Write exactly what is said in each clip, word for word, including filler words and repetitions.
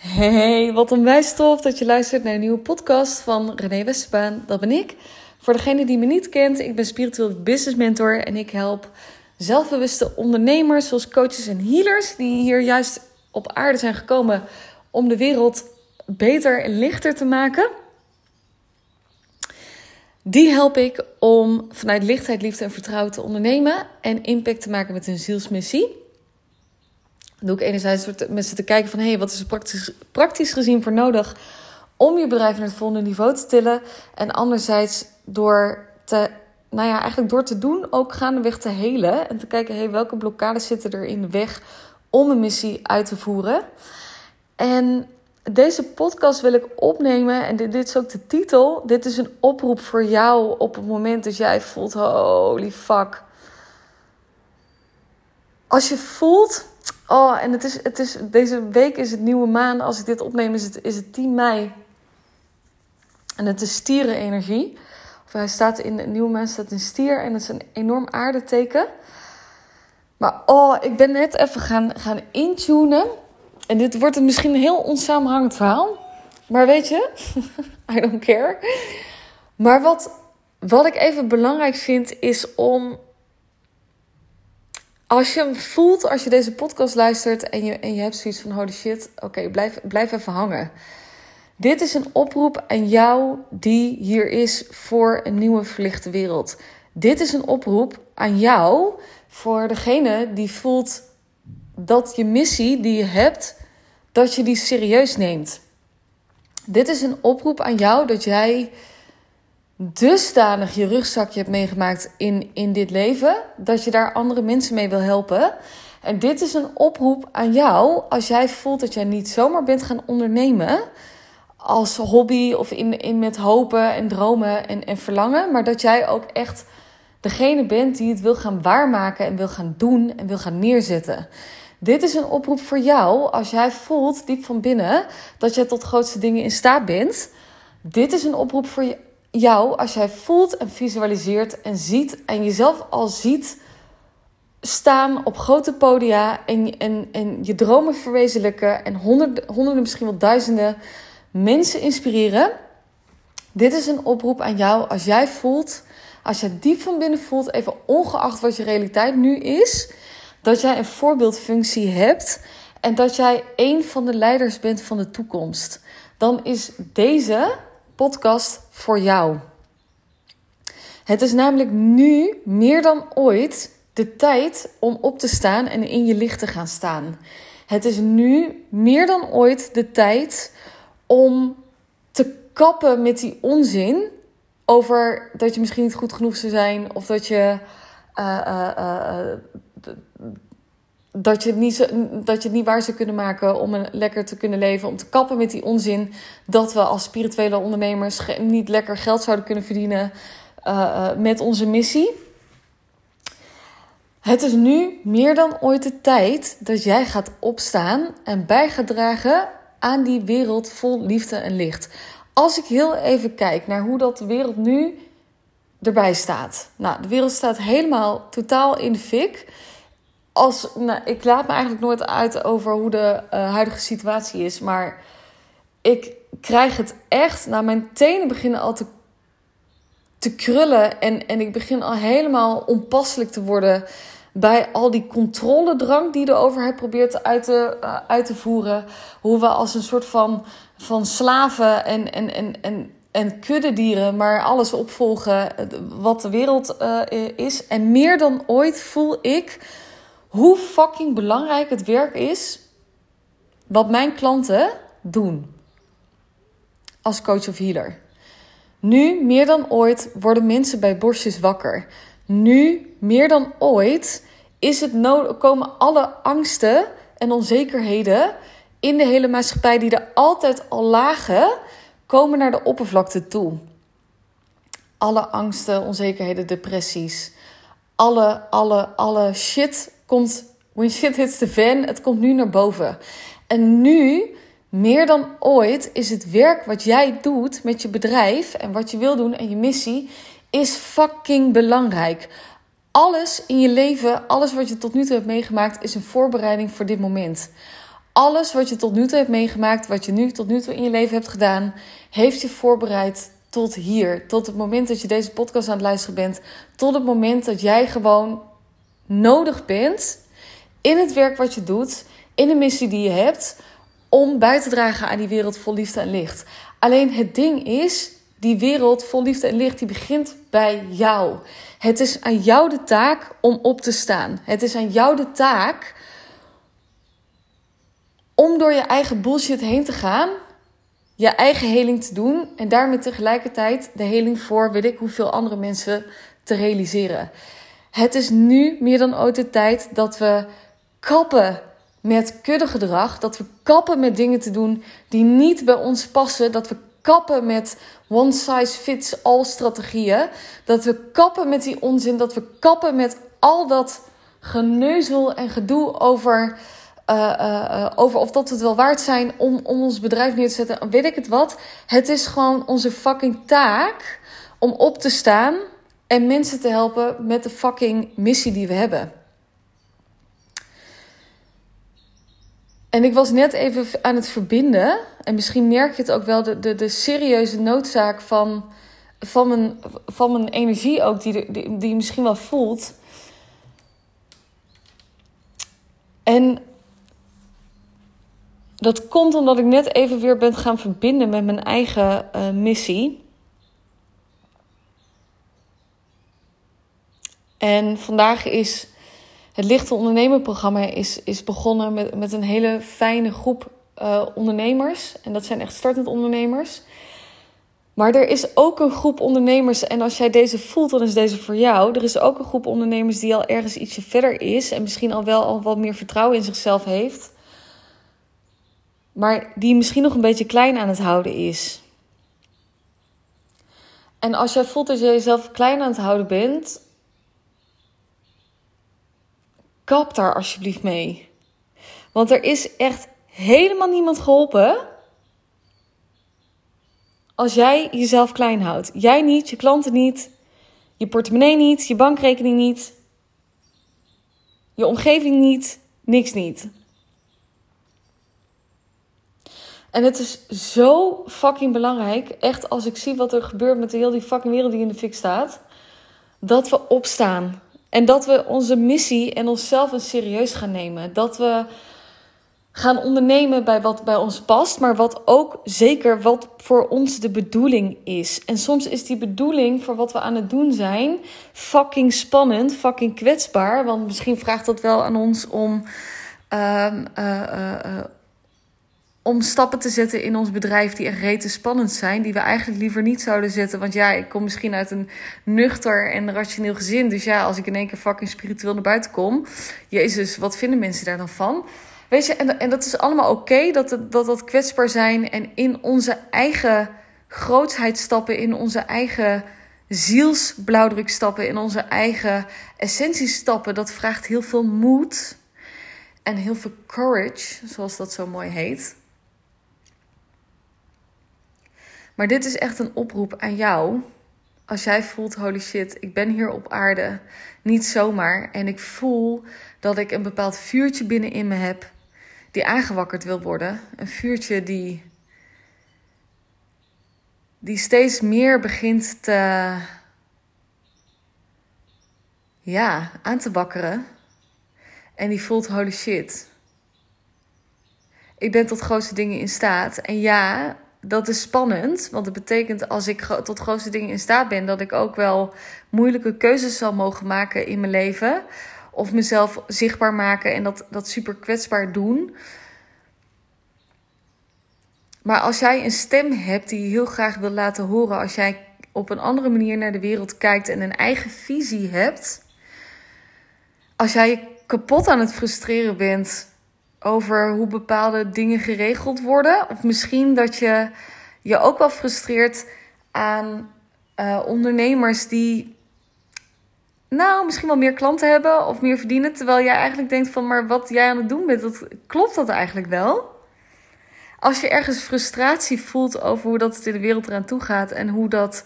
Hey, wat onwijs tof dat je luistert naar een nieuwe podcast van Renee Westerbaan. Dat ben ik. Voor degene die me niet kent, ik ben spiritueel business mentor en ik help zelfbewuste ondernemers zoals coaches en healers die hier juist op aarde zijn gekomen om de wereld beter en lichter te maken. Die help ik om vanuit lichtheid, liefde en vertrouwen te ondernemen en impact te maken met hun zielsmissie. Dan doe ik enerzijds door met ze te kijken van, hey, wat is er praktisch, praktisch gezien voor nodig om je bedrijf naar het volgende niveau te tillen. En anderzijds door te, nou ja, eigenlijk door te doen ook gaandeweg te helen. En te kijken, hey, welke blokkades zitten er in de weg om een missie uit te voeren. En deze podcast wil ik opnemen, en dit, dit is ook de titel. Dit is een oproep voor jou op het moment dat jij voelt, holy fuck. Als je voelt... Oh, en het is, het is, deze week is het nieuwe maan. Als ik dit opneem is het, is het tien mei. En het is stierenenergie. Of hij staat in de nieuwe maan staat in stier. En het is een enorm aardeteken. Maar oh, ik ben net even gaan, gaan intunen. En dit wordt een misschien een heel onsamenhangend verhaal. Maar weet je, I don't care. Maar wat, wat ik even belangrijk vind is om... Als je hem voelt, als je deze podcast luistert en je, en je hebt zoiets van holy shit, oké, okay, blijf, blijf even hangen. Dit is een oproep aan jou die hier is voor een nieuwe verlichte wereld. Dit is een oproep aan jou voor degene die voelt dat je missie die je hebt, dat je die serieus neemt. Dit is een oproep aan jou dat jij dusdanig je rugzakje hebt meegemaakt in, in dit leven, dat je daar andere mensen mee wil helpen. En dit is een oproep aan jou als jij voelt dat jij niet zomaar bent gaan ondernemen als hobby of in, in met hopen en dromen en, en verlangen, maar dat jij ook echt degene bent die het wil gaan waarmaken en wil gaan doen en wil gaan neerzetten. Dit is een oproep voor jou als jij voelt diep van binnen dat jij tot grootste dingen in staat bent. Dit is een oproep voor je. Jou, als jij voelt en visualiseert en ziet en jezelf al ziet staan op grote podia en, en, en je dromen verwezenlijken en honderden, honderden, misschien wel duizenden mensen inspireren. Dit is een oproep aan jou als jij voelt, als jij diep van binnen voelt, even ongeacht wat je realiteit nu is, dat jij een voorbeeldfunctie hebt en dat jij een van de leiders bent van de toekomst. Dan is deze podcast voor jou. Het is namelijk nu meer dan ooit de tijd om op te staan en in je licht te gaan staan. Het is nu meer dan ooit de tijd om te kappen met die onzin over dat je misschien niet goed genoeg zou zijn of dat je uh, uh, uh, Dat je, het niet, dat je het niet waar zou kunnen maken om een lekker te kunnen leven. Om te kappen met die onzin dat we als spirituele ondernemers niet lekker geld zouden kunnen verdienen uh, met onze missie. Het is nu meer dan ooit de tijd dat jij gaat opstaan en bij gaat dragen aan die wereld vol liefde en licht. Als ik heel even kijk naar hoe dat de wereld nu erbij staat. Nou, de wereld staat helemaal totaal in de fik. Als, nou, ik laat me eigenlijk nooit uit over hoe de uh, huidige situatie is. Maar ik krijg het echt... Nou, mijn tenen beginnen al te, te krullen. En, en ik begin al helemaal onpasselijk te worden bij al die controledrang die de overheid probeert uit te, uh, uit te voeren. Hoe we als een soort van, van slaven en, en, en, en, en kuddedieren maar alles opvolgen wat de wereld uh, is. En meer dan ooit voel ik hoe fucking belangrijk het werk is wat mijn klanten doen als coach of healer. Nu meer dan ooit worden mensen bij borstjes wakker. Nu meer dan ooit is het nodig, komen alle angsten en onzekerheden in de hele maatschappij die er altijd al lagen, komen naar de oppervlakte toe. Alle angsten, onzekerheden, depressies, alle, alle, alle shit komt, when shit hits the fan, het komt nu naar boven. En nu, meer dan ooit, is het werk wat jij doet met je bedrijf en wat je wil doen en je missie, is fucking belangrijk. Alles in je leven, alles wat je tot nu toe hebt meegemaakt, is een voorbereiding voor dit moment. Alles wat je tot nu toe hebt meegemaakt, wat je nu tot nu toe in je leven hebt gedaan, heeft je voorbereid tot hier. Tot het moment dat je deze podcast aan het luisteren bent. Tot het moment dat jij gewoon nodig bent in het werk wat je doet, in de missie die je hebt, om bij te dragen aan die wereld vol liefde en licht. Alleen het ding is, die wereld vol liefde en licht, die begint bij jou. Het is aan jou de taak om op te staan. Het is aan jou de taak om door je eigen bullshit heen te gaan, je eigen heling te doen en daarmee tegelijkertijd de heling voor weet ik hoeveel andere mensen te realiseren. Het is nu meer dan ooit de tijd dat we kappen met kuddegedrag, dat we kappen met dingen te doen die niet bij ons passen, dat we kappen met one size fits all strategieën, dat we kappen met die onzin, dat we kappen met al dat geneuzel en gedoe over, uh, uh, uh, over of dat we het wel waard zijn om, om ons bedrijf neer te zetten, weet ik het wat. Het is gewoon onze fucking taak om op te staan en mensen te helpen met de fucking missie die we hebben. En ik was net even aan het verbinden. En misschien merk je het ook wel. De, de, de serieuze noodzaak van, van, mijn, van mijn energie ook. Die, die, die je misschien wel voelt. En dat komt omdat ik net even weer ben gaan verbinden met mijn eigen uh, missie. En vandaag is het Lichte Ondernemer programma is, is begonnen met, met een hele fijne groep uh, ondernemers. En dat zijn echt startend ondernemers. Maar er is ook een groep ondernemers. En als jij deze voelt, dan is deze voor jou. Er is ook een groep ondernemers die al ergens ietsje verder is. En misschien al wel al wat meer vertrouwen in zichzelf heeft. Maar die misschien nog een beetje klein aan het houden is. En als jij voelt dat je jezelf klein aan het houden bent, kap daar alsjeblieft mee. Want er is echt helemaal niemand geholpen als jij jezelf klein houdt. Jij niet, je klanten niet, je portemonnee niet, je bankrekening niet, je omgeving niet, niks niet. En het is zo fucking belangrijk, echt als ik zie wat er gebeurt met de hele die fucking wereld die in de fik staat, dat we opstaan. En dat we onze missie en onszelf eens serieus gaan nemen. Dat we gaan ondernemen bij wat bij ons past. Maar wat ook zeker wat voor ons de bedoeling is. En soms is die bedoeling voor wat we aan het doen zijn fucking spannend, fucking kwetsbaar. Want misschien vraagt dat wel aan ons om Uh, uh, uh, uh, om stappen te zetten in ons bedrijf die echt rete spannend zijn. Die we eigenlijk liever niet zouden zetten. Want ja, ik kom misschien uit een nuchter en rationeel gezin. Dus ja, als ik in één keer fucking spiritueel naar buiten kom. Jezus, wat vinden mensen daar dan van? Weet je, en, en dat is allemaal oké. Okay, dat, dat dat kwetsbaar zijn. En in onze eigen grootsheid stappen. In onze eigen zielsblauwdruk stappen. In onze eigen essentie stappen. Dat vraagt heel veel moed. En heel veel courage, zoals dat zo mooi heet. Maar dit is echt een oproep aan jou. Als jij voelt, holy shit, ik ben hier op aarde. Niet zomaar. En ik voel dat ik een bepaald vuurtje binnenin me heb. Die aangewakkerd wil worden. Een vuurtje die, die steeds meer begint te, ja, aan te wakkeren. En die voelt, holy shit. Ik ben tot grootste dingen in staat. En ja, dat is spannend. Want het betekent als ik tot grootste dingen in staat ben, dat ik ook wel moeilijke keuzes zal mogen maken in mijn leven. Of mezelf zichtbaar maken en dat, dat super kwetsbaar doen. Maar als jij een stem hebt die je heel graag wil laten horen. Als jij op een andere manier naar de wereld kijkt en een eigen visie hebt. Als jij je kapot aan het frustreren bent over hoe bepaalde dingen geregeld worden. Of misschien dat je je ook wel frustreert aan uh, ondernemers die nou misschien wel meer klanten hebben of meer verdienen. Terwijl jij eigenlijk denkt van, maar wat jij aan het doen bent, dat, klopt dat eigenlijk wel? Als je ergens frustratie voelt over hoe dat het in de wereld eraan toe gaat en hoe dat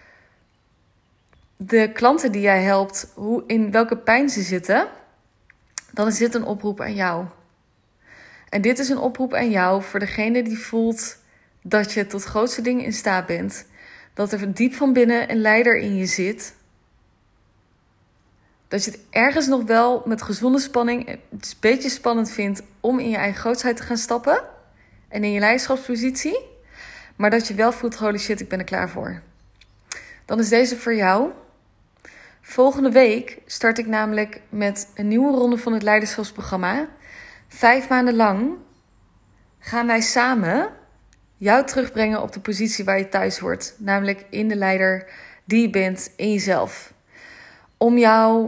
de klanten die jij helpt, hoe, in welke pijn ze zitten, dan is dit een oproep aan jou. En dit is een oproep aan jou voor degene die voelt dat je tot grootste dingen in staat bent. Dat er diep van binnen een leider in je zit. Dat je het ergens nog wel met gezonde spanning een beetje spannend vindt om in je eigen grootsheid te gaan stappen. En in je leiderschapspositie. Maar dat je wel voelt, holy shit, ik ben er klaar voor. Dan is deze voor jou. Volgende week start ik namelijk met een nieuwe ronde van het leiderschapsprogramma. Vijf maanden lang gaan wij samen jou terugbrengen op de positie waar je thuis hoort. Namelijk in de leider die je bent, in jezelf. Om jou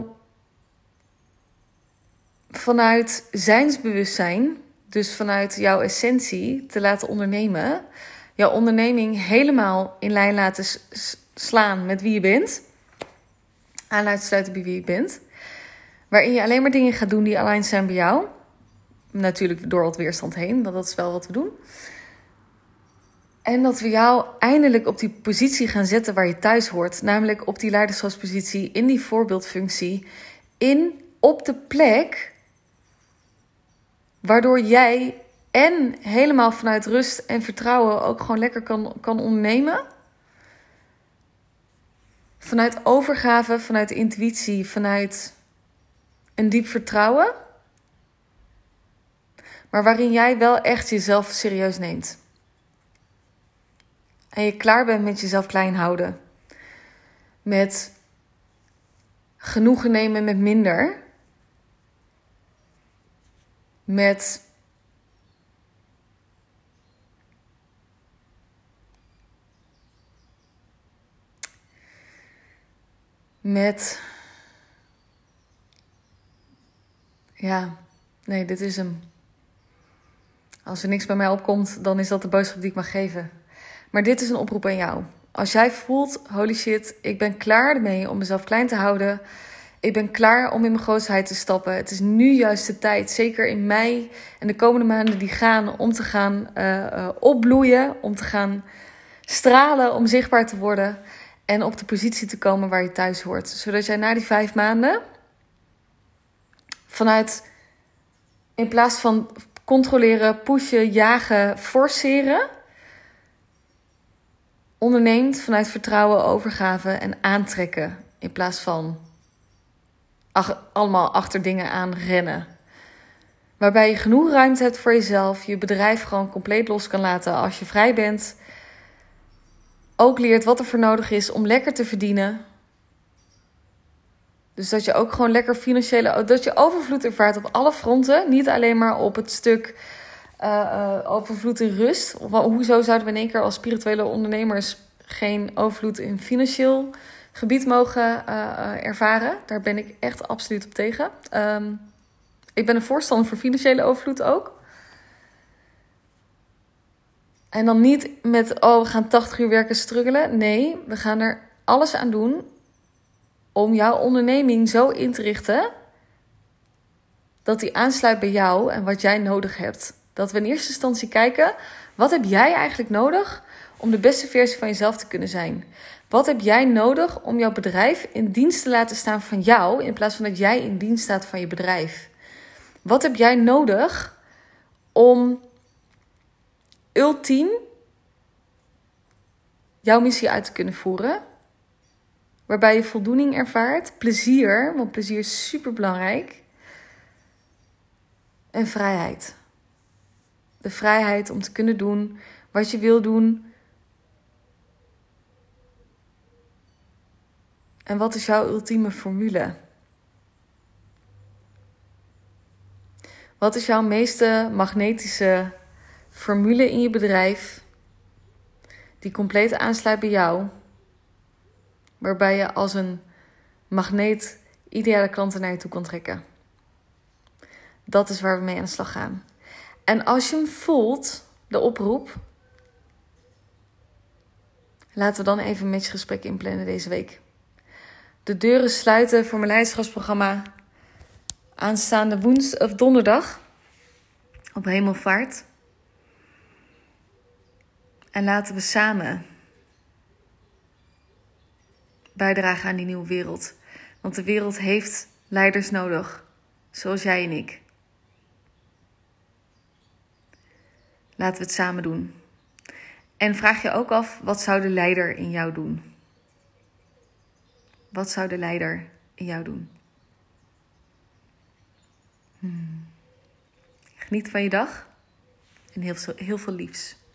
vanuit zijnsbewustzijn, dus vanuit jouw essentie, te laten ondernemen. Jouw onderneming helemaal in lijn laten slaan met wie je bent. Aan uitsluiten bij wie je bent. Waarin je alleen maar dingen gaat doen die aligned zijn bij jou. Natuurlijk door wat weerstand heen, want dat is wel wat we doen. En dat we jou eindelijk op die positie gaan zetten waar je thuis hoort. Namelijk op die leiderschapspositie, in die voorbeeldfunctie. In, op de plek waardoor jij en helemaal vanuit rust en vertrouwen ook gewoon lekker kan, kan ondernemen. Vanuit overgave, vanuit intuïtie, vanuit een diep vertrouwen. Maar waarin jij wel echt jezelf serieus neemt. En je klaar bent met jezelf klein houden. Met genoegen nemen met minder. Met Met Ja, nee, dit is hem. Als er niks bij mij opkomt, dan is dat de boodschap die ik mag geven. Maar dit is een oproep aan jou. Als jij voelt, holy shit, ik ben klaar ermee om mezelf klein te houden. Ik ben klaar om in mijn grootheid te stappen. Het is nu juist de tijd, zeker in mei en de komende maanden die gaan, om te gaan uh, uh, opbloeien, om te gaan stralen, om zichtbaar te worden en op de positie te komen waar je thuis hoort. Zodat jij na die vijf maanden vanuit, in plaats van controleren, pushen, jagen, forceren, onderneemt vanuit vertrouwen, overgave en aantrekken. In plaats van ach, allemaal achter dingen aan rennen. Waarbij je genoeg ruimte hebt voor jezelf. Je bedrijf gewoon compleet los kan laten als je vrij bent. Ook leert wat er voor nodig is om lekker te verdienen. Dus dat je ook gewoon lekker financiële, dat je overvloed ervaart op alle fronten. Niet alleen maar op het stuk uh, uh, overvloed in rust. Hoezo zouden we in één keer als spirituele ondernemers geen overvloed in financieel gebied mogen uh, uh, ervaren? Daar ben ik echt absoluut op tegen. Um, ik ben een voorstander voor financiële overvloed ook. En dan niet met, oh, we gaan tachtig uur werken, struggelen. Nee, we gaan er alles aan doen om jouw onderneming zo in te richten dat die aansluit bij jou en wat jij nodig hebt. Dat we in eerste instantie kijken, wat heb jij eigenlijk nodig om de beste versie van jezelf te kunnen zijn? Wat heb jij nodig om jouw bedrijf in dienst te laten staan van jou, in plaats van dat jij in dienst staat van je bedrijf? Wat heb jij nodig om ultiem jouw missie uit te kunnen voeren? Waarbij je voldoening ervaart, plezier, want plezier is super belangrijk. En vrijheid. De vrijheid om te kunnen doen wat je wil doen. En wat is jouw ultieme formule? Wat is jouw meeste magnetische formule in je bedrijf die compleet aansluit bij jou? Waarbij je als een magneet ideale klanten naar je toe kan trekken. Dat is waar we mee aan de slag gaan. En als je hem voelt, de oproep, laten we dan even met je gesprek inplannen deze week. De deuren sluiten voor mijn leiderschapsprogramma aanstaande woensdag of donderdag op Hemelvaart. En laten we samen bijdragen aan die nieuwe wereld. Want de wereld heeft leiders nodig, zoals jij en ik. Laten we het samen doen. En vraag je ook af, wat zou de leider in jou doen? Wat zou de leider in jou doen? Hmm. Geniet van je dag en heel, heel veel liefs.